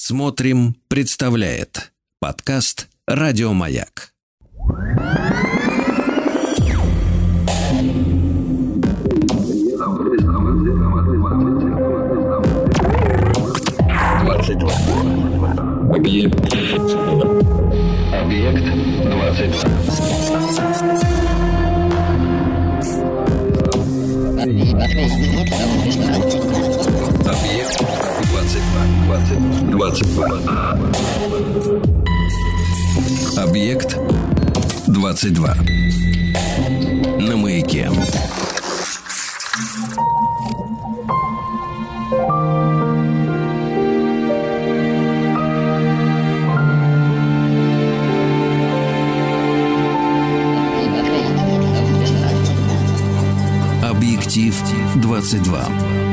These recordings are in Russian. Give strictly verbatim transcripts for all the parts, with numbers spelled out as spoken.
Смотрим, представляет подкаст «Радио Маяк». двадцать два. Объект. Объект двадцать два. Объект двадцать два. двадцать два. Объект двадцать два. На Маяке. Объектив двадцать два.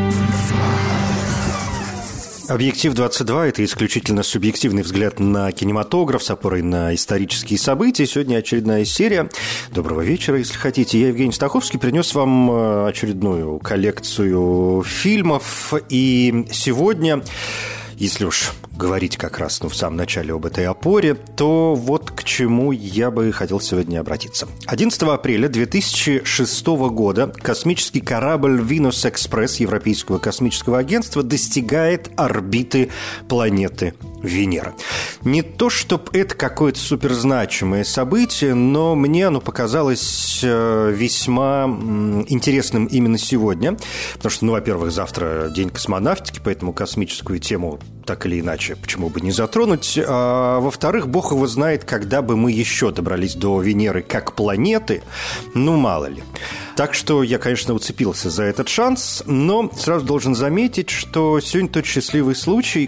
Объектив двадцать два – это исключительно субъективный взгляд на кинематограф с опорой на исторические события. Сегодня очередная серия. Доброго вечера, если хотите. Я, Евгений Стаховский, принес вам очередную коллекцию фильмов. И сегодня, если уж говорить как раз ну, в самом начале об этой опоре, то вот к чему я бы хотел сегодня обратиться. одиннадцатого апреля две тысячи шестого года космический корабль «Винус Экспресс» Европейского космического агентства достигает орбиты планеты Венера. Не то, чтобы это какое-то суперзначимое событие, но мне оно показалось весьма интересным именно сегодня, потому что, ну, во-первых, завтра День космонавтики, поэтому космическую тему так или иначе почему бы не затронуть. А, во-вторых, бог его знает, когда бы мы еще добрались до Венеры как планеты, ну, мало ли. Так что я, конечно, уцепился за этот шанс, но сразу должен заметить, что сегодня тот счастливый случай,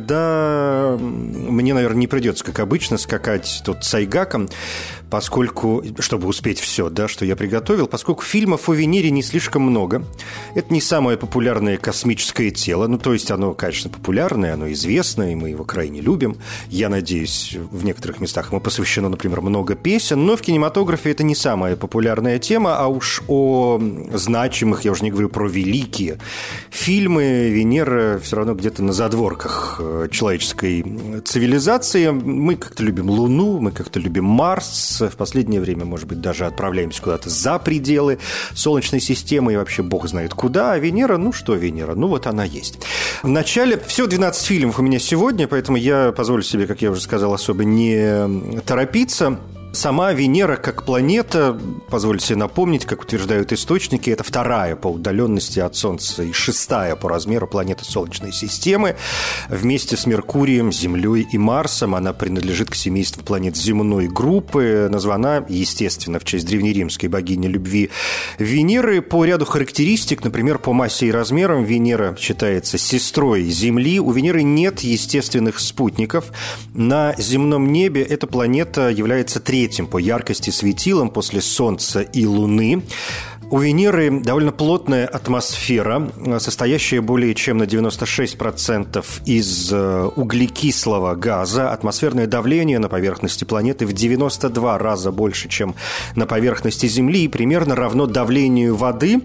когда мне, наверное, не придется, как обычно, скакать тут с айгаком, поскольку, чтобы успеть все, да, что я приготовил, поскольку фильмов о Венере не слишком много. Это не самое популярное космическое тело, ну, то есть оно, конечно, популярное, оно известное, и мы его крайне любим. Я надеюсь, в некоторых местах ему посвящено, например, много песен, но в кинематографе это не самая популярная тема, а уж о о значимых, я уже не говорю про великие фильмы, Венера все равно где-то на задворках человеческой цивилизации. Мы как-то любим Луну, мы как-то любим Марс. В последнее время, может быть, даже отправляемся куда-то за пределы Солнечной системы и вообще бог знает куда. А Венера, ну что Венера? Ну вот она есть. В начале всего двенадцать фильмов у меня сегодня, поэтому я позволю себе, как я уже сказал, особо не торопиться. Сама Венера как планета, позвольте себе напомнить, как утверждают источники, это вторая по удаленности от Солнца и шестая по размеру планета Солнечной системы. Вместе с Меркурием, Землей и Марсом она принадлежит к семейству планет земной группы, названа, естественно, в честь древнеримской богини любви Венеры. По ряду характеристик, например, по массе и размерам, Венера считается сестрой Земли. У Венеры нет естественных спутников. На земном небе эта планета является третьей по яркости светилом после Солнца и Луны. У Венеры довольно плотная атмосфера, состоящая более чем на девяносто шесть процентов из углекислого газа. Атмосферное давление на поверхности планеты в девяносто два раза больше, чем на поверхности Земли, и примерно равно давлению воды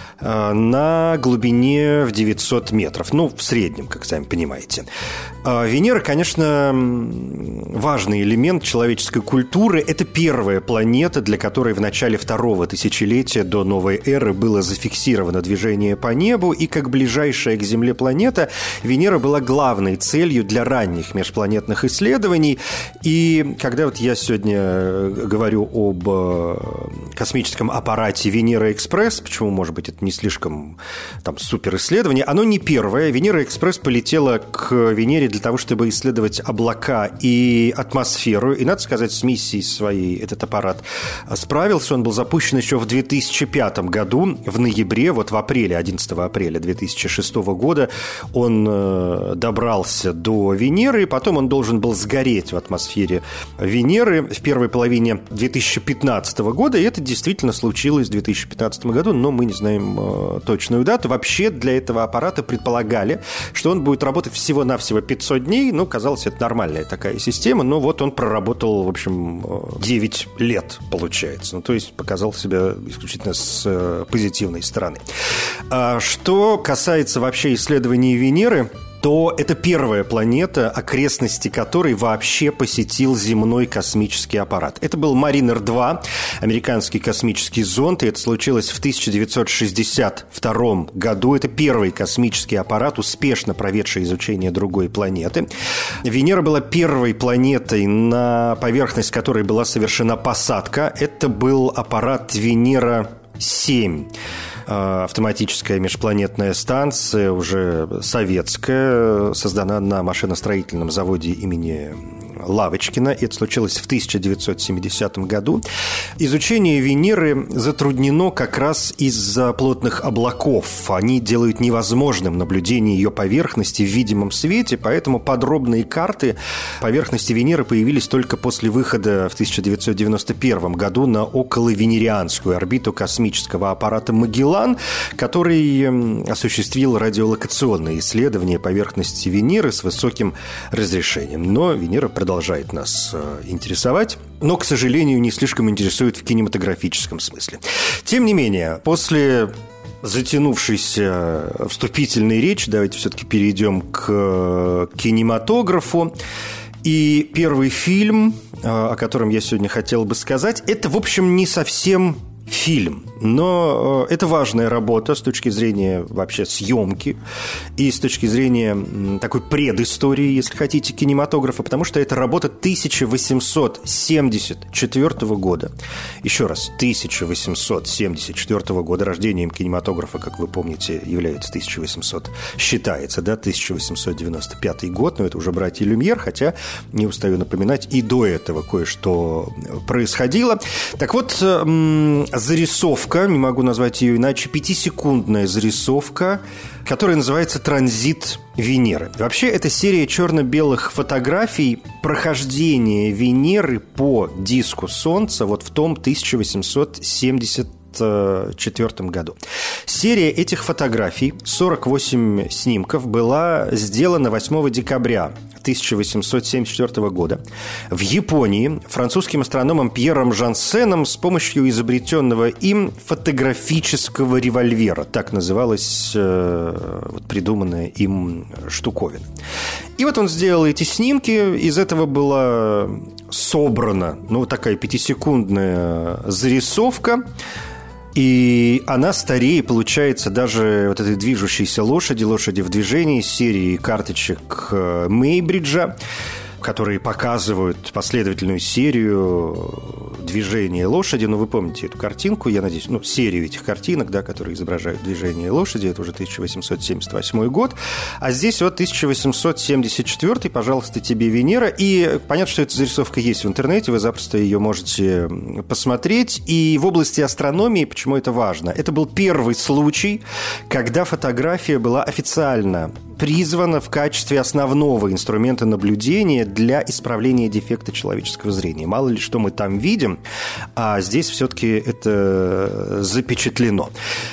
на глубине в девятьсот метров. Ну, в среднем, как сами понимаете. Венера, конечно, важный элемент человеческой культуры. Это первая планета, для которой в начале второго тысячелетия до новой эры было зафиксировано движение по небу. И как ближайшая к Земле планета, Венера была главной целью для ранних межпланетных исследований. И когда вот я сегодня говорю об космическом аппарате Венера-Экспресс, почему, может быть, это не слишком там супер исследование, оно не первое. Венера-Экспресс полетела к Венере для того, чтобы исследовать облака и атмосферу. И, надо сказать, с миссией своей этот аппарат справился. Он был запущен еще в две тысячи пятом году, в ноябре, вот в апреле, одиннадцатого апреля две тысячи шестого года он добрался до Венеры, и потом он должен был сгореть в атмосфере Венеры в первой половине две тысячи пятнадцатого года, и это действительно случилось в две тысячи пятнадцатом году, но мы не знаем точную дату. Вообще для этого аппарата предполагали, что он будет работать всего-навсего пятьсот дней. Ну, казалось, это нормальная такая система, но вот он проработал, в общем, девять лет, получается. Ну, то есть показал себя исключительно с позитивной стороны. Что касается вообще исследований Венеры, то это первая планета, окрестности которой вообще посетил земной космический аппарат. Это был Маринер два, американский космический зонд, и это случилось в тысяча девятьсот шестьдесят втором году. Это первый космический аппарат, успешно проведший изучение другой планеты. Венера была первой планетой, на поверхность которой была совершена посадка. Это был аппарат Венера семь. Автоматическая межпланетная станция, уже советская, создана на машиностроительном заводе имени Лавочкина. Это случилось в тысяча девятьсот семидесятом году. Изучение Венеры затруднено как раз из-за плотных облаков. Они делают невозможным наблюдение ее поверхности в видимом свете, поэтому подробные карты поверхности Венеры появились только после выхода в тысяча девятьсот девяносто первом году на околовенерианскую орбиту космического аппарата «Магеллан», который осуществил радиолокационные исследования поверхности Венеры с высоким разрешением. Но Венера продолжает продолжает нас интересовать, но, к сожалению, не слишком интересует в кинематографическом смысле. Тем не менее, после затянувшейся вступительной речи давайте все-таки перейдем к кинематографу. И первый фильм, о котором я сегодня хотел бы сказать, это, в общем, не совсем фильм, но это важная работа с точки зрения вообще съемки и с точки зрения такой предыстории, если хотите, кинематографа, потому что это работа тысяча восемьсот семьдесят четвёртого года. Еще раз, тысяча восемьсот семьдесят четвёртого года. Рождением кинематографа, как вы помните, является тысяча восемьсот, считается, да, тысяча восемьсот девяносто пятый год, но это уже братья Люмьер, хотя, не устаю напоминать, и до этого кое-что происходило. Так вот, зарисовка, не могу назвать ее иначе, пятисекундная зарисовка, которая называется «Транзит Венеры». Вообще, это серия черно-белых фотографий прохождения Венеры по диску Солнца вот в том тысяча восемьсот семьдесят четвёртом году. Серия этих фотографий, сорок восемь снимков, была сделана восьмого декабря тысяча восемьсот семьдесят четвёртого года в Японии французским астрономом Пьером Жансеном с помощью изобретенного им фотографического револьвера. Так называлась э, вот, придуманная им штуковина. И вот он сделал эти снимки. Из этого была собрана, ну, такая пятисекундная зарисовка. И она старее, получается, даже вот этой движущейся лошади, лошади в движении, серии карточек Мейбриджа, которые показывают последовательную серию движения лошади. Ну, вы помните эту картинку, я надеюсь, ну, серию этих картинок, да, которые изображают движение лошади. Это уже тысяча восемьсот семьдесят восьмой год. А здесь вот тысяча восемьсот семьдесят четвёртый, пожалуйста, тебе Венера. И понятно, что эта зарисовка есть в интернете, вы запросто ее можете посмотреть. И в области астрономии, почему это важно? Это был первый случай, когда фотография была официально призвана в качестве основного инструмента наблюдения для исправления дефекта человеческого зрения. Мало ли что мы там видим, а здесь все-таки это запечатлено.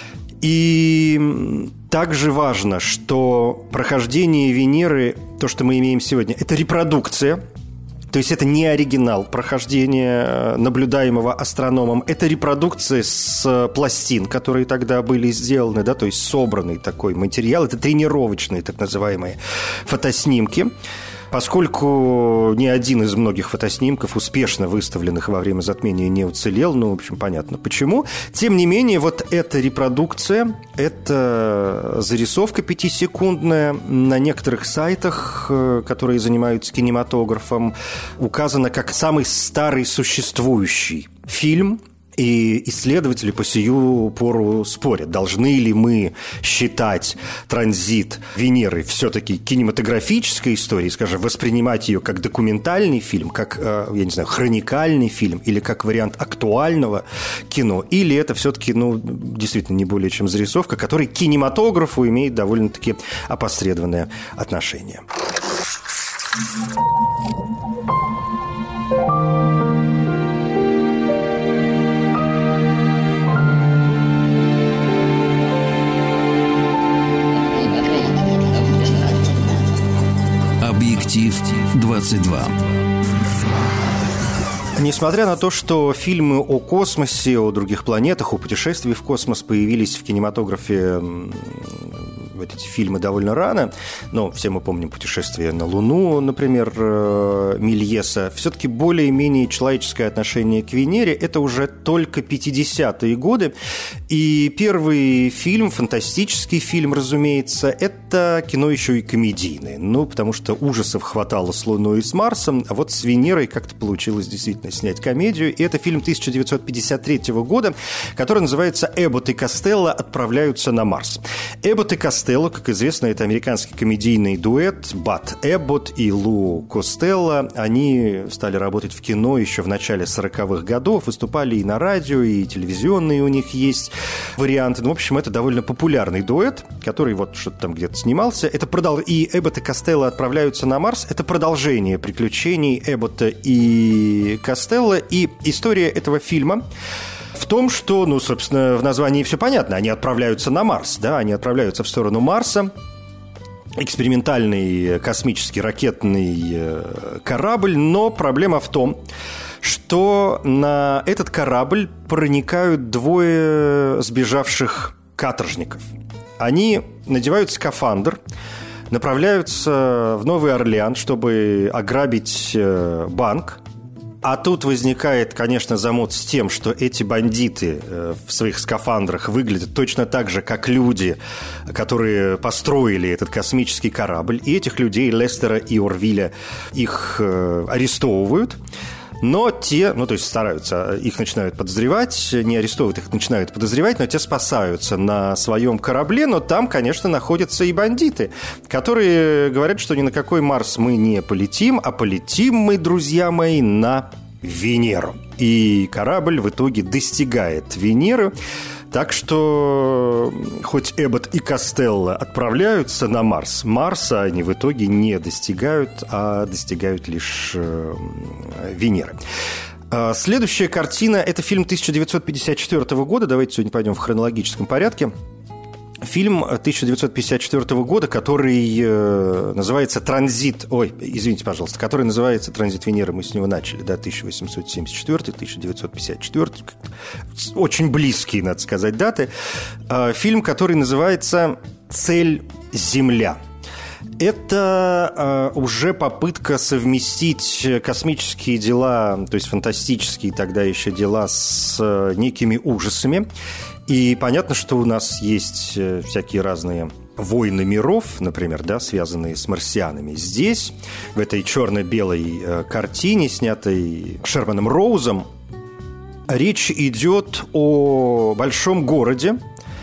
И также важно, что прохождение Венеры, то, что мы имеем сегодня, это репродукция. То есть это не оригинал прохождения наблюдаемого астрономом, это репродукция с пластин, которые тогда были сделаны, да, то есть собранный такой материал, это тренировочные так называемые фотоснимки. Поскольку ни один из многих фотоснимков, успешно выставленных во время затмения, не уцелел, ну, в общем, понятно почему. Тем не менее, вот эта репродукция, эта зарисовка пятисекундная на некоторых сайтах, которые занимаются кинематографом, указана как самый старый существующий фильм. И исследователи по сию пору спорят, должны ли мы считать транзит Венеры все-таки кинематографической историей, скажем, воспринимать ее как документальный фильм, как, я не знаю, хроникальный фильм или как вариант актуального кино, или это все-таки, ну, действительно не более чем зарисовка, которая к кинематографу имеет довольно-таки опосредованное отношение. Объектив двадцать два. Несмотря на то, что фильмы о космосе, о других планетах, о путешествии в космос появились в кинематографе вот эти фильмы довольно рано, но все мы помним «Путешествие на Луну», например, Мельеса. Все-таки более-менее человеческое отношение к Венере – это уже только пятидесятые годы. И первый фильм, фантастический фильм, разумеется, это кино еще и комедийное. Ну, потому что ужасов хватало с Луной и с Марсом, а вот с Венерой как-то получилось действительно снять комедию. И это фильм тысяча девятьсот пятьдесят третьего года, который называется «Эббот и Костелло отправляются на Марс». Эббот и Костелло, как известно, это американский комедийный дуэт. Бат Эббот и Лу Костелло. Они стали работать в кино еще в начале сороковых годов, выступали и на радио, и телевизионные у них есть варианты. Ну, в общем, это довольно популярный дуэт, который вот что-то там где-то снимался. Это продол... И Эббот и Костелло отправляются на Марс. Это продолжение приключений Эббота и Костелло. И история этого фильма в том, что, ну, собственно, в названии все понятно. Они отправляются на Марс, да, они отправляются в сторону Марса. Экспериментальный космический ракетный корабль, но проблема в том, что на этот корабль проникают двое сбежавших каторжников. Они надевают скафандр, направляются в Новый Орлеан, чтобы ограбить банк. А тут возникает, конечно, замут с тем, что эти бандиты в своих скафандрах выглядят точно так же, как люди, которые построили этот космический корабль. И этих людей, Лестера и Орвиля, их арестовывают. Но те, ну, то есть стараются, их начинают подозревать, не арестовывают, их начинают подозревать, но те спасаются на своем корабле, но там, конечно, находятся и бандиты, которые говорят, что ни на какой Марс мы не полетим, а полетим мы, друзья мои, на Венеру. И корабль в итоге достигает Венеры. Так что хоть Эббот и Костелло отправляются на Марс, Марса они в итоге не достигают, а достигают лишь э, Венеры. Следующая картина – это фильм тысяча девятьсот пятьдесят четвёртого года. Давайте сегодня пойдем в хронологическом порядке. Фильм тысяча девятьсот пятьдесят четвёртого года, который э, называется «Транзит». Ой, извините, пожалуйста, который называется «Транзит Венеры». Мы с него начали, да, тысяча восемьсот семьдесят четвёртый - тысяча девятьсот пятьдесят четвёртый. Очень близкие, надо сказать, даты. Э, фильм, который называется «Цель Земля». Это э, уже попытка совместить космические дела, то есть фантастические тогда еще дела, с э, некими ужасами. И понятно, что у нас есть всякие разные войны миров, например, да, связанные с марсианами. Здесь, в этой черно-белой э, картине, снятой Шерманом Роузом, речь идет о большом городе.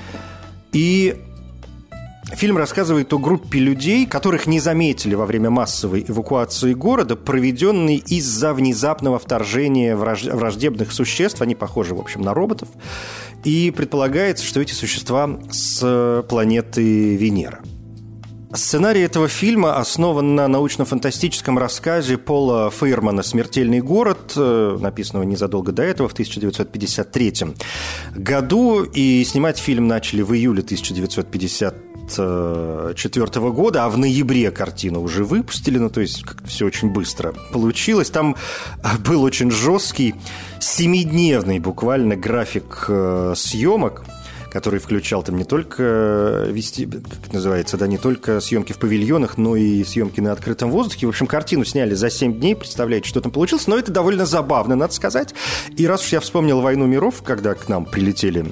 И фильм рассказывает о группе людей, которых не заметили во время массовой эвакуации города, проведенной из-за внезапного вторжения враждебных существ. Они похожи, в общем, на роботов. И предполагается, что эти существа с планеты Венера. Сценарий этого фильма основан на научно-фантастическом рассказе Пола Фейермана «Смертельный город», написанного незадолго до этого, в тысяча девятьсот пятьдесят третьем году. И снимать фильм начали в июле тысяча девятьсот пятьдесят четвёртого года, а в ноябре картину уже выпустили, ну, то есть как-то все очень быстро получилось. Там был очень жесткий, семидневный буквально график съемок, который включал там не только вести, как называется, да, не только съемки в павильонах, но и съемки на открытом воздухе. В общем, картину сняли за семь дней, представляете, что там получилось, но это довольно забавно, надо сказать. И раз уж я вспомнил «Войну миров», когда к нам прилетели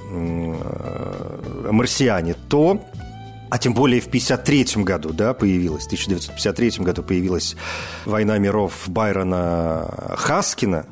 марсиане, то... А тем более в пятьдесят третьем году, да, появилась, в тысяча девятьсот пятьдесят третьем году появилась «Война миров» Байрона Хаскина.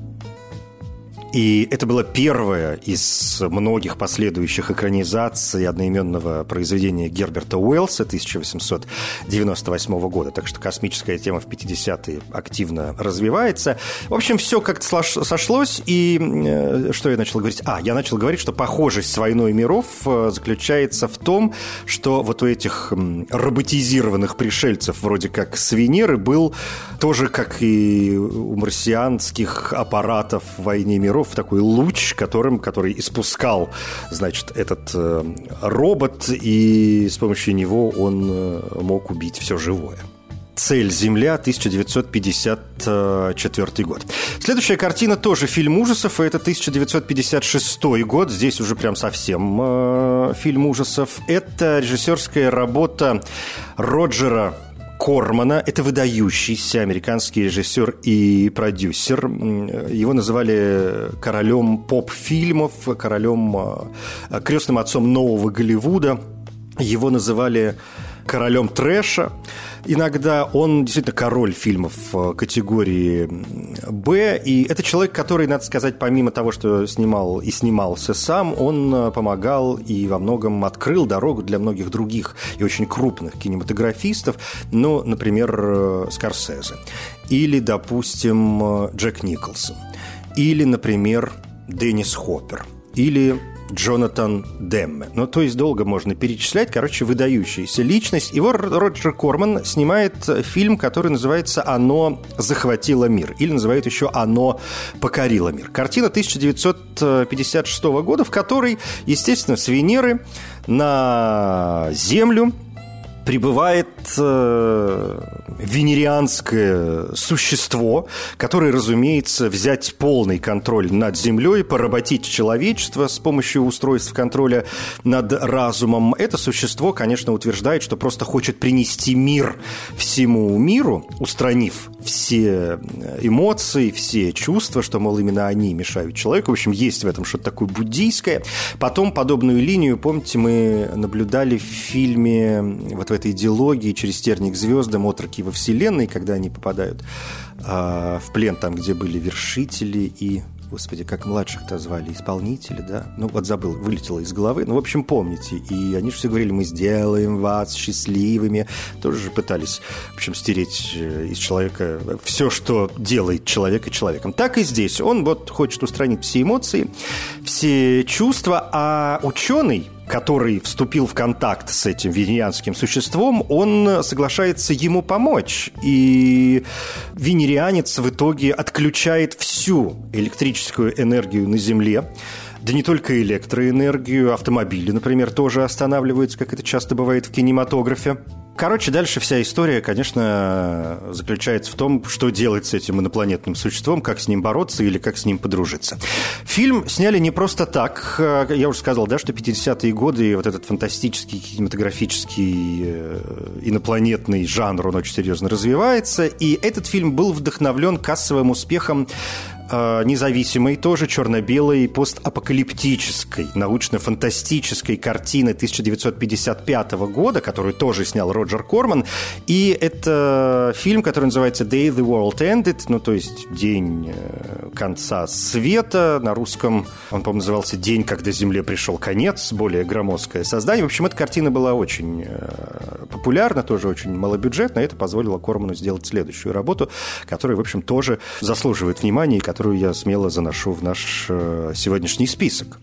И это была первая из многих последующих экранизаций одноименного произведения Герберта Уэллса тысяча восемьсот девяносто восьмого года. Так что космическая тема в пятидесятые активно развивается. В общем, все как-то сошлось. И э, что я начал говорить? А, я начал говорить, что похожесть с «Войной миров» заключается в том, что вот у этих роботизированных пришельцев вроде как с Венеры был тоже, как и у марсианских аппаратов в «Войне миров», в такой луч, которым, который испускал, значит, этот э, робот, и с помощью него он э, мог убить все живое. «Цель Земля», тысяча девятьсот пятьдесят четвёртый год. Следующая картина тоже фильм ужасов, и это тысяча девятьсот пятьдесят шестой год. Здесь уже прям совсем э, фильм ужасов. Это режиссерская работа Роджера Кормана. Это выдающийся американский режиссер и продюсер. Его называли королем поп-фильмов, королем, крестным отцом нового Голливуда. Его называли королем трэша. Иногда он действительно король фильмов категории «Б». И это человек, который, надо сказать, помимо того, что снимал и снимался сам, он помогал и во многом открыл дорогу для многих других и очень крупных кинематографистов. Ну, например, Скорсезе. Или, допустим, Джек Николсон. Или, например, Деннис Хоппер. Или Джонатан Демме. Ну, то есть долго можно перечислять. Короче, выдающаяся личность. Его Роджер Корман снимает фильм, который называется «Оно захватило мир». Или называют еще «Оно покорило мир». Картина тысяча девятьсот пятьдесят шестого года, в которой, естественно, с Венеры на Землю прибывает э, венерианское существо, которое, разумеется, взять полный контроль над Землей, поработить человечество с помощью устройств контроля над разумом. Это существо, конечно, утверждает, что просто хочет принести мир всему миру, устранив все эмоции, все чувства, что, мол, именно они мешают человеку. В общем, есть в этом что-то такое буддийское. Потом подобную линию, помните, мы наблюдали в фильме вот в этой идеологии «Через терник к звездам», «Отроки во Вселенной», когда они попадают э, в плен там, где были вершители и, господи, как младших-то звали, исполнители, да? Ну, вот забыл, вылетело из головы. Ну, в общем, помните. И они же все говорили: мы сделаем вас счастливыми. Тоже же пытались, в общем, стереть из человека все, что делает человека человеком. Так и здесь. Он вот хочет устранить все эмоции, все чувства, а ученый, который вступил в контакт с этим венерианским существом, он соглашается ему помочь. И венерианец в итоге отключает всю электрическую энергию на Земле. Да не только электроэнергию, автомобили, например, тоже останавливаются, как это часто бывает в кинематографе. Короче, дальше вся история, конечно, заключается в том, что делать с этим инопланетным существом, как с ним бороться или как с ним подружиться. Фильм сняли не просто так. Я уже сказал, да, что пятидесятые годы, и вот этот фантастический кинематографический инопланетный жанр, он очень серьезно развивается. И этот фильм был вдохновлен кассовым успехом независимой, тоже черно-белой, постапокалиптической, научно-фантастической картины тысяча девятьсот пятьдесят пятого года, которую тоже снял Роджер Корман. И это фильм, который называется «Day the World Ended», ну, то есть «День конца света». На русском он, по-моему, назывался «День, когда Земле пришел конец», более громоздкое создание. В общем, эта картина была очень популярна, тоже очень малобюджетна, и это позволило Корману сделать следующую работу, которая, в общем, тоже заслуживает внимания и которую я смело заношу в наш э, сегодняшний список.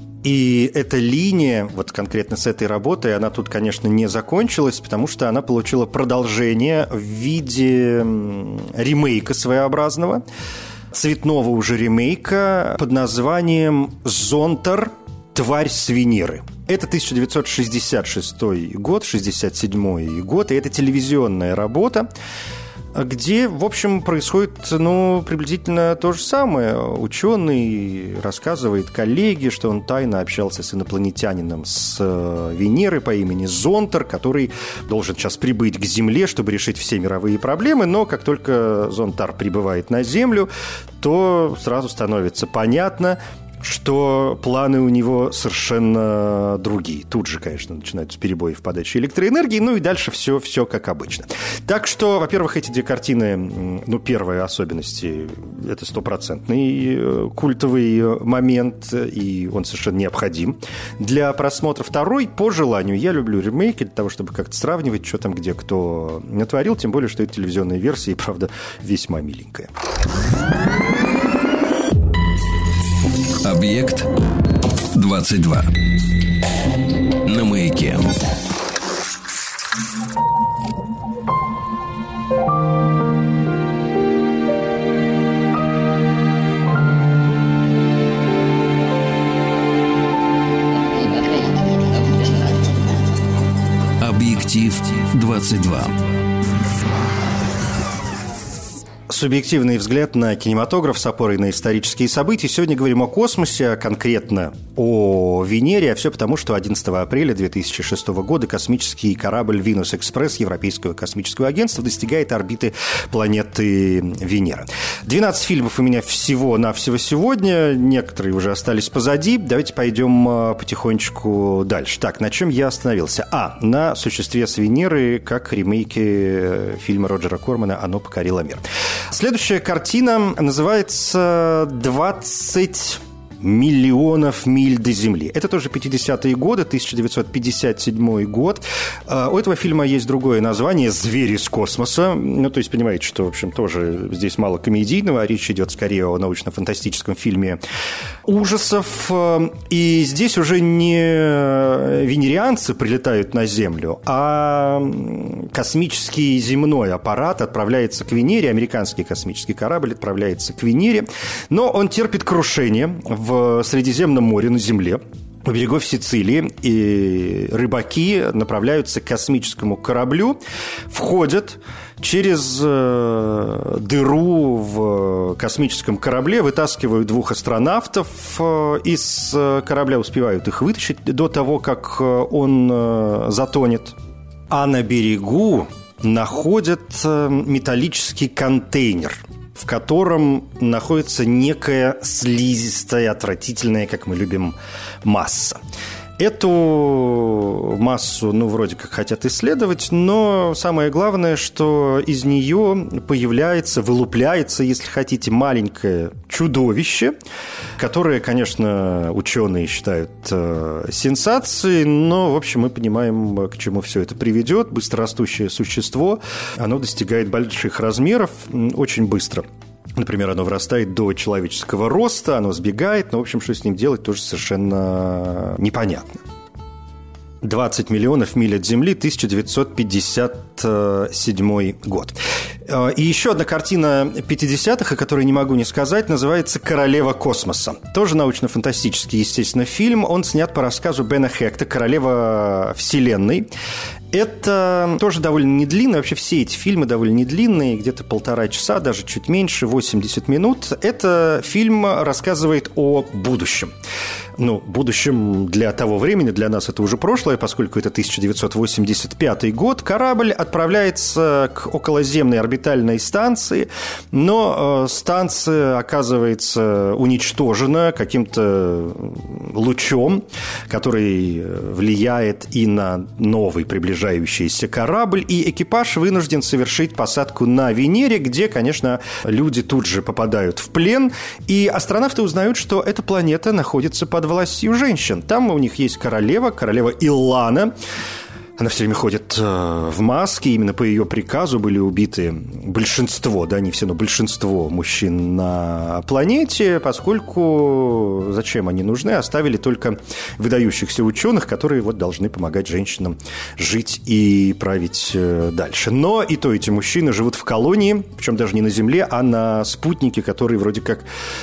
И эта линия, вот конкретно с этой работой, она тут, конечно, не закончилась, потому что она получила продолжение в виде ремейка своеобразного, цветного уже ремейка под названием «Зонтер. Тварь с Венеры». Это тысяча девятьсот шестьдесят шестой год, шестьдесят седьмой год, и это телевизионная работа, где, в общем, происходит, ну, приблизительно то же самое. Ученый рассказывает коллеге, что он тайно общался с инопланетянином с Венеры по имени Зонтер, который должен сейчас прибыть к Земле, чтобы решить все мировые проблемы, но как только Зонтер прибывает на Землю, то сразу становится понятно, что планы у него совершенно другие. Тут же, конечно, начинаются перебои в подаче электроэнергии, ну и дальше все, все как обычно. Так что, во-первых, эти две картины, ну, первая особенность – это стопроцентный культовый момент, и он совершенно необходим для просмотра. Второй, по желанию, я люблю ремейки для того, чтобы как-то сравнивать, что там где кто натворил, тем более, что это телевизионная версия, и, правда, весьма миленькая. Объект двадцать два. На Маяке. Объектив двадцать два. Субъективный взгляд на кинематограф с опорой на исторические события. Сегодня говорим о космосе, а конкретно о Венере. А все потому, что одиннадцатого апреля две тысячи шестого года космический корабль «Винус-экспресс» Европейского космического агентства достигает орбиты планеты Венера. двенадцать фильмов у меня всего-навсего сегодня. Некоторые уже остались позади. Давайте пойдем потихонечку дальше. Так, на чем я остановился? А, на «Существе с Венеры», как ремейке фильма Роджера Кормана «Оно покорило мир». Следующая картина называется «двадцать миллионов миль до Земли». Это тоже пятидесятые годы, тысяча девятьсот пятьдесят седьмой год. У этого фильма есть другое название «Звери из космоса». Ну, то есть, понимаете, что, в общем, тоже здесь мало комедийного, а речь идет скорее о научно-фантастическом фильме ужасов. И здесь уже не венерианцы прилетают на Землю, а космический земной аппарат отправляется к Венере, американский космический корабль отправляется к Венере, но он терпит крушение в Средиземном море на Земле. У берегов Сицилии, и рыбаки направляются к космическому кораблю, входят через э, дыру в космическом корабле, вытаскивают двух астронавтов э, из корабля, успевают их вытащить до того, как он э, затонет. А на берегу находят э, металлический контейнер, в котором находится некая слизистая, отвратительная, как мы любим, масса. Эту массу, ну, вроде как хотят исследовать, но самое главное, что из нее появляется, вылупляется, если хотите, маленькое чудовище, которое, конечно, ученые считают э, сенсацией, но, в общем, мы понимаем, к чему все это приведет. Быстрорастущее существо, оно достигает больших размеров очень быстро. Например, оно вырастает до человеческого роста, оно сбегает, но, в общем, что с ним делать, тоже совершенно непонятно. двадцать миллионов миль от Земли, тысяча девятьсот пятьдесят седьмой год. И еще одна картина пятидесятых, о которой не могу не сказать, называется «Королева космоса». Тоже научно-фантастический, естественно, фильм. Он снят по рассказу Бена Хекта «Королева Вселенной». Это тоже довольно недлинно. Вообще все эти фильмы довольно недлинные, где-то полтора часа, даже чуть меньше, восемьдесят минут. Это фильм рассказывает о будущем. Ну, будущем для того времени, для нас это уже прошлое, поскольку это тысяча девятьсот восемьдесят пятый год. Корабль отправляется к околоземной орбитальной станции, но э, станция оказывается уничтожена каким-то лучом, который влияет и на новый приближающийся корабль, и экипаж вынужден совершить посадку на Венере, где, конечно, люди тут же попадают в плен, и астронавты узнают, что эта планета находится под властью женщин. Там у них есть королева, королева Иллана. Она все время ходит в маске. Именно по ее приказу были убиты большинство, да, не все, но большинство мужчин на планете, поскольку зачем они нужны? Оставили только выдающихся ученых, которые вот должны помогать женщинам жить и править дальше. Но и то эти мужчины живут в колонии, причем даже не на Земле, а на спутнике, который вроде как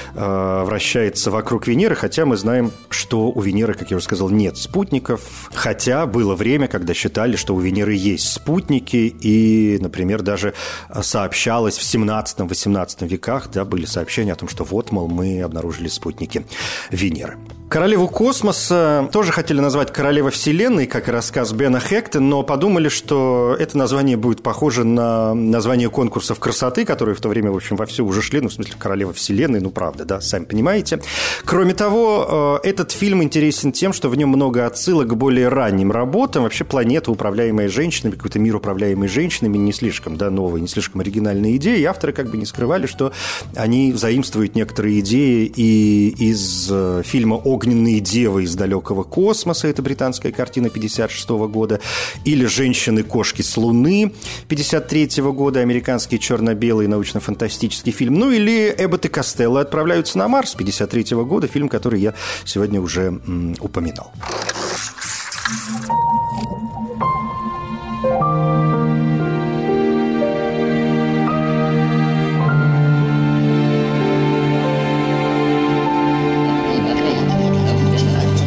э, вращается вокруг Венеры, хотя мы знаем, что у Венеры, как я уже сказал, нет спутников, хотя было время, когда считали, что у Венеры есть спутники, и, например, даже сообщалось в семнадцатом-восемнадцатом веках, да, были сообщения о том, что вот, мол, мы обнаружили спутники Венеры. Королеву космоса тоже хотели назвать «Королева Вселенной», как и рассказ Бена Хекта, но подумали, что это название будет похоже на название конкурсов красоты, которые в то время, в общем, вовсю уже шли, ну, в смысле, «Королева Вселенной», ну, правда, да, сами понимаете. Кроме того, этот фильм интересен тем, что в нем много отсылок к более ранним работам. Вообще, планета, управляемая женщинами, какой-то мир, управляемый женщинами, не слишком, да, новые, не слишком оригинальные идеи, и авторы как бы не скрывали, что они заимствуют некоторые идеи и из фильма «Огненные девы из далекого космоса», это британская картина пятьдесят шестого года, или «Женщины-кошки с Луны» пятьдесят третьего года, американский черно-белый научно-фантастический фильм, ну или «Эббот и Костелло отправляются на Марс» пятьдесят третьего года, фильм, который я сегодня уже м, упоминал.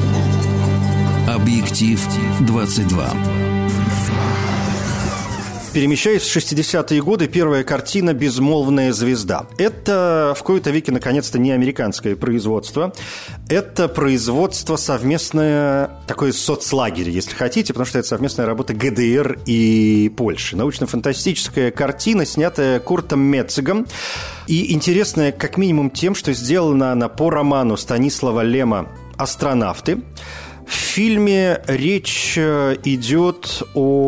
Объектив двадцать два. Перемещаясь в шестидесятые годы, первая картина «Безмолвная звезда». Это в кои-то веке, наконец-то, не американское производство. Это производство совместное, такое соцлагерь, если хотите, потому что это совместная работа ГДР и Польши. Научно-фантастическая картина, снятая Куртом Мецигом. И интересная, как минимум, тем, что сделана она по роману Станислава Лема «Астронавты». В фильме речь идет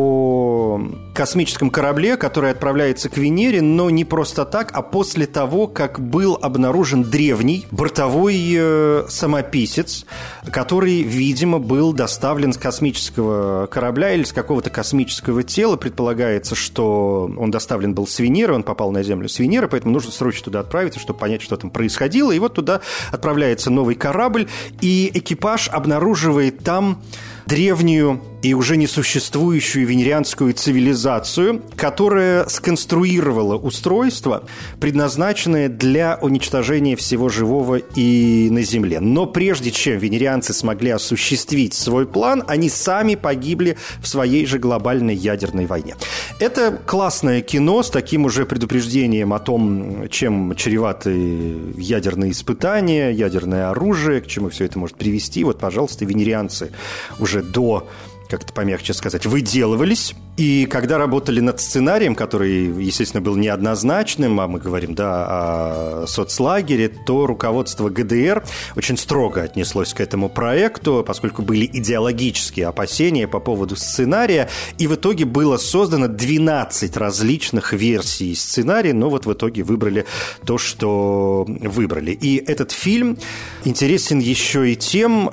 о космическом корабле, который отправляется к Венере, но не просто так, а после того, как был обнаружен древний бортовой самописец, который, видимо, был доставлен с космического корабля или с какого-то космического тела. Предполагается, что он доставлен был с Венеры, он попал на Землю с Венеры, поэтому нужно срочно туда отправиться, чтобы понять, что там происходило. И вот туда отправляется новый корабль, и экипаж обнаруживает там древнюю и уже несуществующую венерианскую цивилизацию, которая сконструировала устройство, предназначенное для уничтожения всего живого и на Земле. Но прежде чем венерианцы смогли осуществить свой план, они сами погибли в своей же глобальной ядерной войне. Это классное кино с таким уже предупреждением о том, чем чреваты ядерные испытания, ядерное оружие, к чему все это может привести. Вот, пожалуйста, венерианцы уже до, как это помягче сказать, выделывались. И когда работали над сценарием, который, естественно, был неоднозначным, а мы говорим, да, о соцлагере, то руководство ГДР очень строго отнеслось к этому проекту, поскольку были идеологические опасения по поводу сценария, и в итоге было создано двенадцать различных версий сценария, но вот в итоге выбрали то, что выбрали. И этот фильм интересен еще и тем,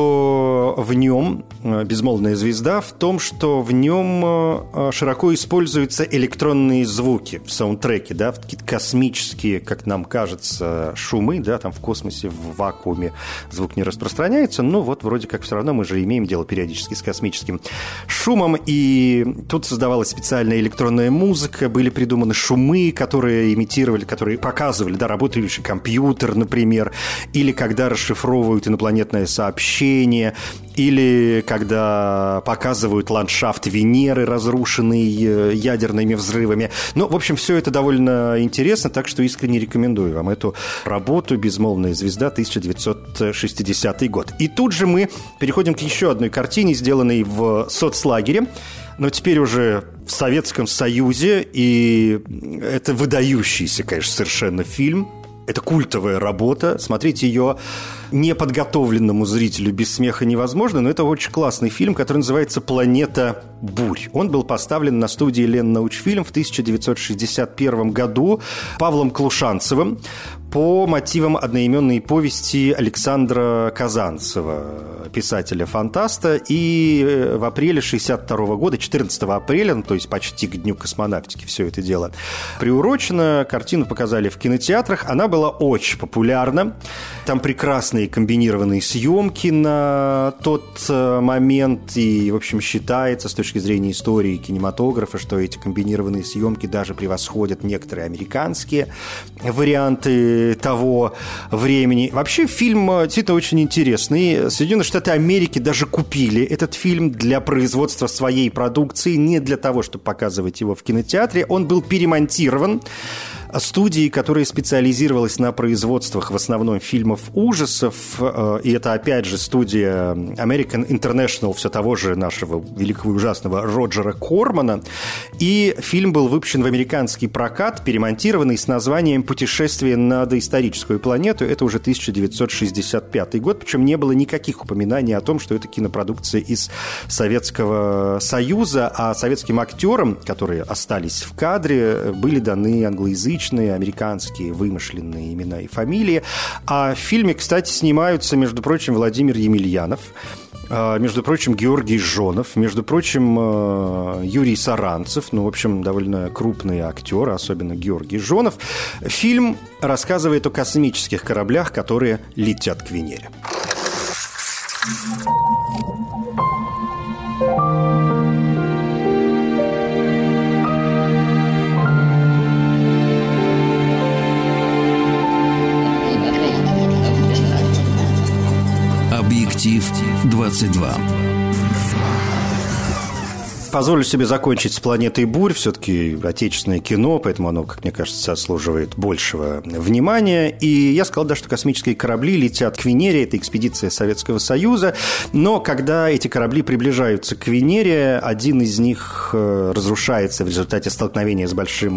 что в нем, «Безмолвная звезда», в том, что в нем широко используются электронные звуки в саундтреке, да, какие-то космические, как нам кажется, шумы, да, там в космосе, в вакууме звук не распространяется, но вот вроде как все равно мы же имеем дело периодически с космическим шумом, и тут создавалась специальная электронная музыка, были придуманы шумы, которые имитировали, которые показывали, да, работающий компьютер, например, или когда расшифровывают инопланетное сообщение, или когда показывают ландшафт Венеры, разрушенный ядерными взрывами. Ну, в общем, все это довольно интересно, так что искренне рекомендую вам эту работу «Безмолвная звезда», тысяча девятьсот шестидесятый год. И тут же мы переходим к еще одной картине, сделанной в соцлагере, но теперь уже в Советском Союзе, и это выдающийся, конечно, совершенно фильм. Это культовая работа. Смотреть ее неподготовленному зрителю без смеха невозможно, но это очень классный фильм, который называется «Планета бурь». Он был поставлен на студии Леннаучфильм в тысяча девятьсот шестьдесят первом году Павлом Клушанцевым по мотивам одноименной повести Александра Казанцева, писателя-фантаста. И в апреле шестьдесят второго года, четырнадцатого апреля, ну, то есть почти к Дню космонавтики все это дело приурочено, картину показали в кинотеатрах. Она была очень популярна. Там прекрасные комбинированные съемки на тот момент. И, в общем, считается с точки зрения истории кинематографа, что эти комбинированные съемки даже превосходят некоторые американские варианты того времени. Вообще фильм действительно очень интересный. Соединенные Штаты Америки даже купили этот фильм для производства своей продукции, не для того, чтобы показывать его в кинотеатре. Он был перемонтирован студией, которая специализировалась на производствах в основном фильмов ужасов, и это опять же студия American International, все того же нашего великого и ужасного Роджера Кормана, и фильм был выпущен в американский прокат, перемонтированный с названием «Путешествие на доисторическую планету». Это уже тысяча девятьсот шестьдесят пятый год, причем не было никаких упоминаний о том, что это кинопродукция из Советского Союза, а советским актерам, которые остались в кадре, были даны англоязычные, американские вымышленные имена и фамилии. А в фильме, кстати, снимаются, между прочим, Владимир Емельянов, между прочим, Георгий Жонов, между прочим, Юрий Саранцев, ну, в общем, довольно крупные актеры, особенно Георгий Жонов. Фильм рассказывает о космических кораблях, которые летят к Венере. Объектив двадцать два. Позволю себе закончить с «Планетой бурь». Все-таки отечественное кино, поэтому оно, как мне кажется, заслуживает большего внимания. И я сказал, да, что космические корабли летят к Венере. Это экспедиция Советского Союза. Но когда эти корабли приближаются к Венере, один из них разрушается в результате столкновения с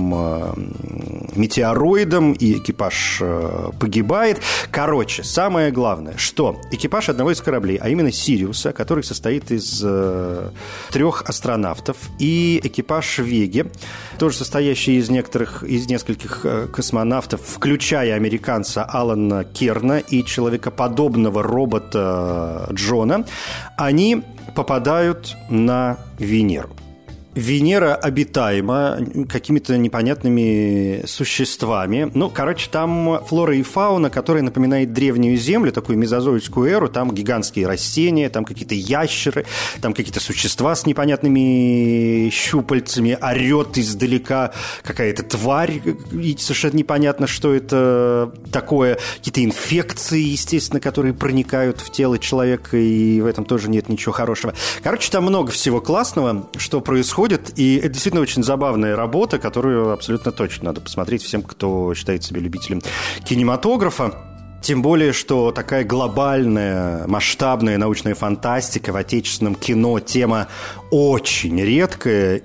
большим метеороидом, и экипаж погибает. Короче, самое главное, что экипаж одного из кораблей, а именно «Сириуса», который состоит из трех астронавтов, и экипаж «Веги», тоже состоящий из некоторых, из нескольких космонавтов, включая американца Алана Керна и человекоподобного робота Джона, они попадают на Венеру. Венера обитаема какими-то непонятными существами. Ну, короче, там флора и фауна, которая напоминает древнюю Землю, такую мезозойскую эру. Там гигантские растения, там какие-то ящеры, там какие-то существа с непонятными щупальцами. Орет издалека какая-то тварь, и совершенно непонятно, что это такое. Какие-то инфекции, естественно, которые проникают в тело человека, и в этом тоже нет ничего хорошего. Короче, там много всего классного, что происходит. И это действительно очень забавная работа, которую абсолютно точно надо посмотреть всем, кто считает себя любителем кинематографа. Тем более, что такая глобальная, масштабная научная фантастика в отечественном кино тема очень редкая.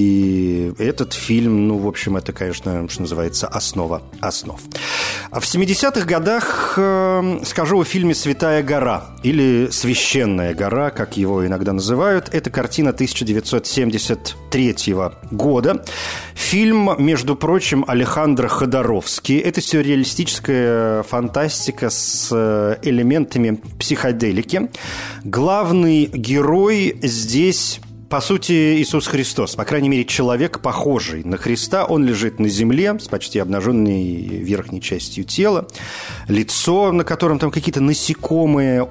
И этот фильм, ну, в общем, это, конечно, что называется, основа основ. А в семидесятых годах э, скажу о фильме «Святая гора» или «Священная гора», как его иногда называют. Это картина тысяча девятьсот семьдесят третьего года. Фильм, между прочим, Алехандро Ходоровски. Это сюрреалистическая фантастика с элементами психоделики. Главный герой здесь, по сути, Иисус Христос. По крайней мере, человек, похожий на Христа. Он лежит на земле с почти обнаженной верхней частью тела. Лицо, на котором там какие-то насекомые.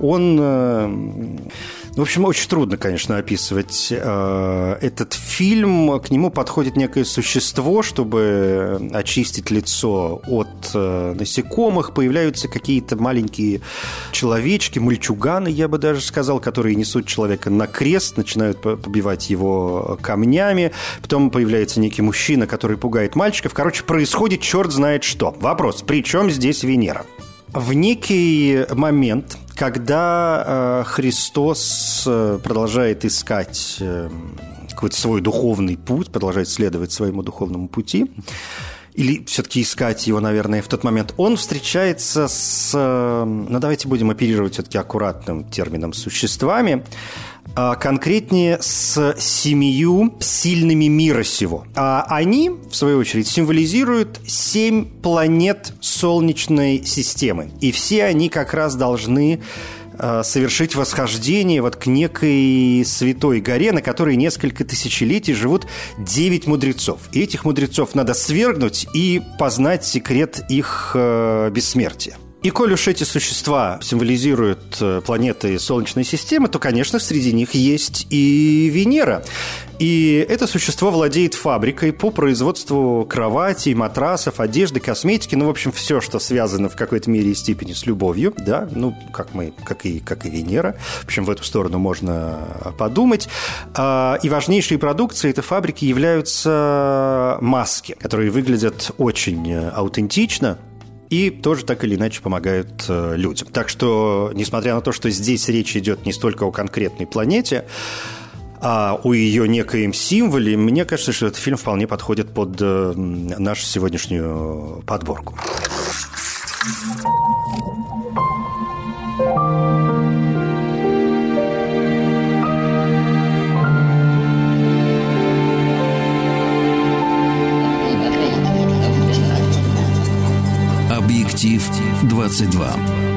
Он... В общем, очень трудно, конечно, описывать э, этот фильм. К нему подходит некое существо, чтобы очистить лицо от э, насекомых. Появляются какие-то маленькие человечки, мальчуганы, я бы даже сказал, которые несут человека на крест, начинают побивать его камнями. Потом появляется некий мужчина, который пугает мальчиков. Короче, происходит черт знает что. Вопрос, при чем здесь Венера? В некий момент, когда э, Христос э, продолжает искать э, какой-то свой духовный путь, продолжает следовать своему духовному пути, или все-таки искать его, наверное, в тот момент, он встречается с, э, ну давайте будем оперировать все-таки аккуратным термином, существами, а конкретнее с семью сильными мира сего. А они, в свою очередь, символизируют семь планет Солнечной системы. И все они как раз должны э, совершить восхождение вот к некой святой горе, на которой несколько тысячелетий живут девять мудрецов. И этих мудрецов надо свергнуть и познать секрет их э, бессмертия. И коль уж эти существа символизируют планеты Солнечной системы, то, конечно, среди них есть и Венера. И это существо владеет фабрикой по производству кроватей, матрасов, одежды, косметики. Ну, в общем, все, что связано в какой-то мере и степени с любовью, да, ну, как мы, как и, как и Венера. В общем, в эту сторону можно подумать. И важнейшей продукцией этой фабрики являются маски, которые выглядят очень аутентично и тоже так или иначе помогают э, людям. Так что, несмотря на то, что здесь речь идет не столько о конкретной планете, а о ее некоем символе, мне кажется, что этот фильм вполне подходит под э, нашу сегодняшнюю подборку. Объектив двадцать два.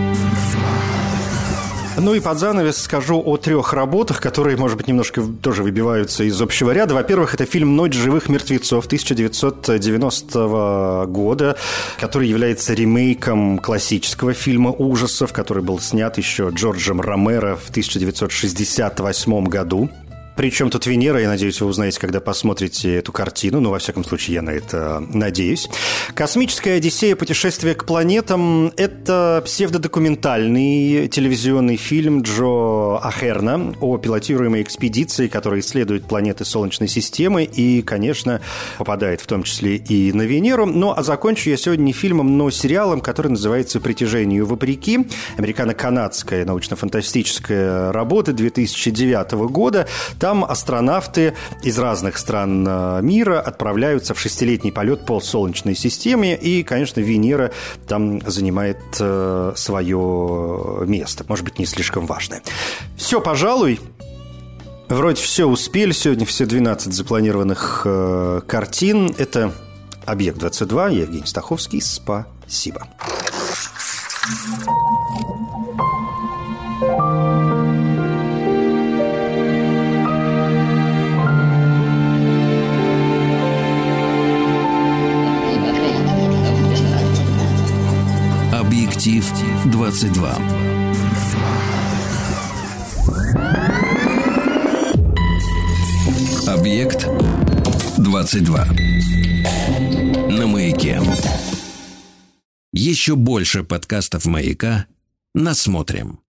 Ну и под занавес скажу о трех работах, которые, может быть, немножко тоже выбиваются из общего ряда. Во-первых, это фильм «Ночь живых мертвецов» тысяча девятьсот девяностого года, который является ремейком классического фильма ужасов, который был снят еще Джорджем Ромеро в тысяча девятьсот шестьдесят восьмом году. Причем тут Венера, я надеюсь, вы узнаете, когда посмотрите эту картину. Ну, во всяком случае, я на это надеюсь. «Космическая Одиссея. Путешествие к планетам» – это псевдодокументальный телевизионный фильм Джо Ахерна о пилотируемой экспедиции, которая исследует планеты Солнечной системы и, конечно, попадает в том числе и на Венеру. Ну, а закончу я сегодня не фильмом, но сериалом, который называется «Притяжению вопреки». Американо-канадская научно-фантастическая работа две тысячи девятого года. Там астронавты из разных стран мира отправляются в шестилетний полет по Солнечной системе, и, конечно, Венера там занимает э, свое место, может быть, не слишком важное. Все, пожалуй. Вроде все успели. Сегодня все двенадцать запланированных э, картин. Это «Объект двадцать два». Я Евгений Стаховский. Спасибо. Объектив двадцать два. Объект двадцать два. На Маяке. Еще больше подкастов Маяка насмотрим.